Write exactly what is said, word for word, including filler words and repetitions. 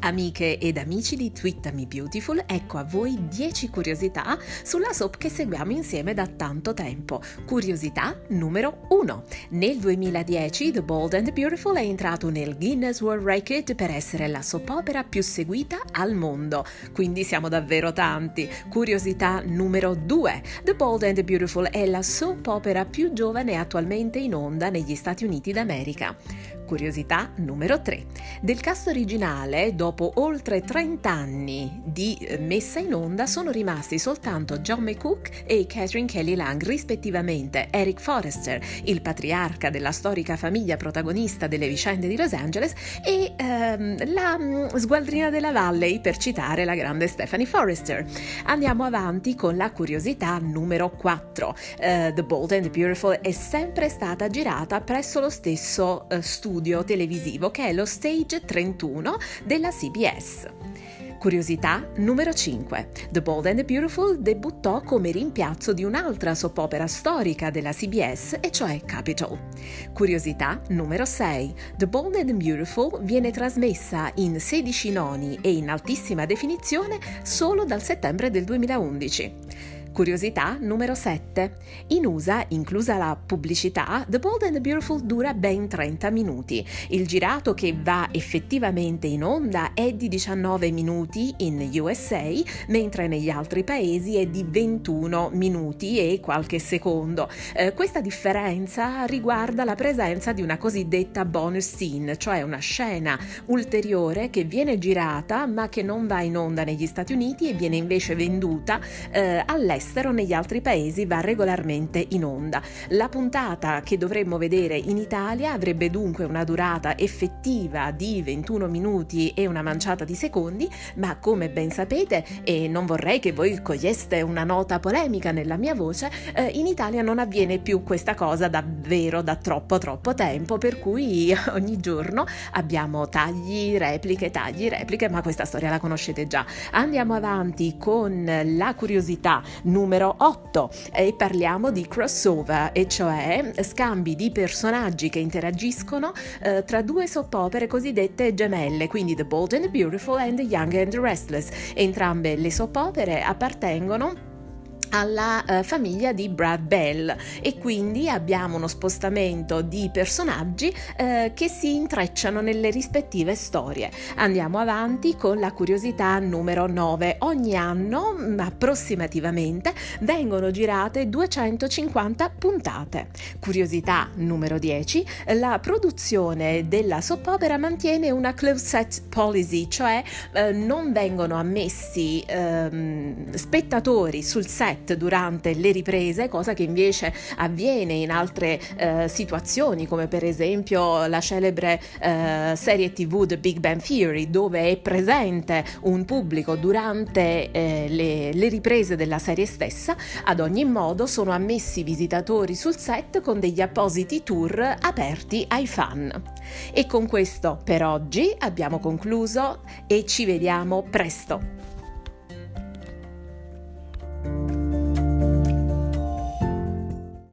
Amiche ed amici di Twittami Beautiful, ecco a voi dieci curiosità sulla soap che seguiamo insieme da tanto tempo. Curiosità numero uno. Nel duemiladieci The Bold and the Beautiful è entrato nel Guinness World Record per essere la soap opera più seguita al mondo, quindi siamo davvero tanti. Curiosità numero due. The Bold and the Beautiful è la soap opera più giovane attualmente in onda negli Stati Uniti d'America. Curiosità numero tre. Del cast originale, dopo oltre trenta anni di messa in onda, sono rimasti soltanto John McCook e Catherine Kelly Lang, rispettivamente Eric Forrester, il patriarca della storica famiglia protagonista delle vicende di Los Angeles, e ehm, la mh, sgualdrina della Valley, per citare la grande Stephanie Forrester. Andiamo avanti con la curiosità numero quattro. Uh, The Bold and the Beautiful è sempre stata girata presso lo stesso uh, studio televisivo che è lo Stage trentuno della C B S. Curiosità numero cinque. The Bold and the Beautiful debuttò come rimpiazzo di un'altra soap opera storica della C B S, e cioè Capitol. Curiosità numero sei. The Bold and the Beautiful viene trasmessa in sedici noni e in altissima definizione solo dal settembre del duemilaundici. Curiosità numero sette. In U S A, inclusa la pubblicità, The Bold and the Beautiful dura ben trenta minuti. Il girato che va effettivamente in onda è di diciannove minuti in U S A, mentre negli altri paesi è di ventuno minuti e qualche secondo. Eh, questa differenza riguarda la presenza di una cosiddetta bonus scene, cioè una scena ulteriore che viene girata ma che non va in onda negli Stati Uniti e viene invece venduta eh, all'estero. Negli altri paesi va regolarmente in onda. La puntata che dovremmo vedere in Italia avrebbe dunque una durata effettiva di ventuno minuti e una manciata di secondi, ma come ben sapete, e non vorrei che voi coglieste una nota polemica nella mia voce, eh, in Italia non avviene più questa cosa davvero da troppo troppo tempo, per cui ogni giorno abbiamo tagli, repliche, tagli, repliche, ma questa storia la conoscete già. Andiamo avanti con la curiosità numero otto e parliamo di crossover, e cioè scambi di personaggi che interagiscono eh, tra due soap opere cosiddette gemelle, quindi The Bold and the Beautiful and The Young and the Restless. Entrambe le soap opere appartengono alla uh, famiglia di Brad Bell, e quindi abbiamo uno spostamento di personaggi uh, che si intrecciano nelle rispettive storie. Andiamo avanti con la curiosità numero nove. Ogni anno approssimativamente vengono girate duecentocinquanta puntate. Curiosità numero dieci. La produzione della soap opera mantiene una closed set policy, cioè uh, non vengono ammessi uh, spettatori sul set durante le riprese, cosa che invece avviene in altre eh, situazioni, come per esempio la celebre eh, serie tivù The Big Bang Theory, dove è presente un pubblico durante eh, le, le riprese della serie stessa. Ad ogni modo sono ammessi visitatori sul set con degli appositi tour aperti ai fan. E con questo per oggi abbiamo concluso e ci vediamo presto.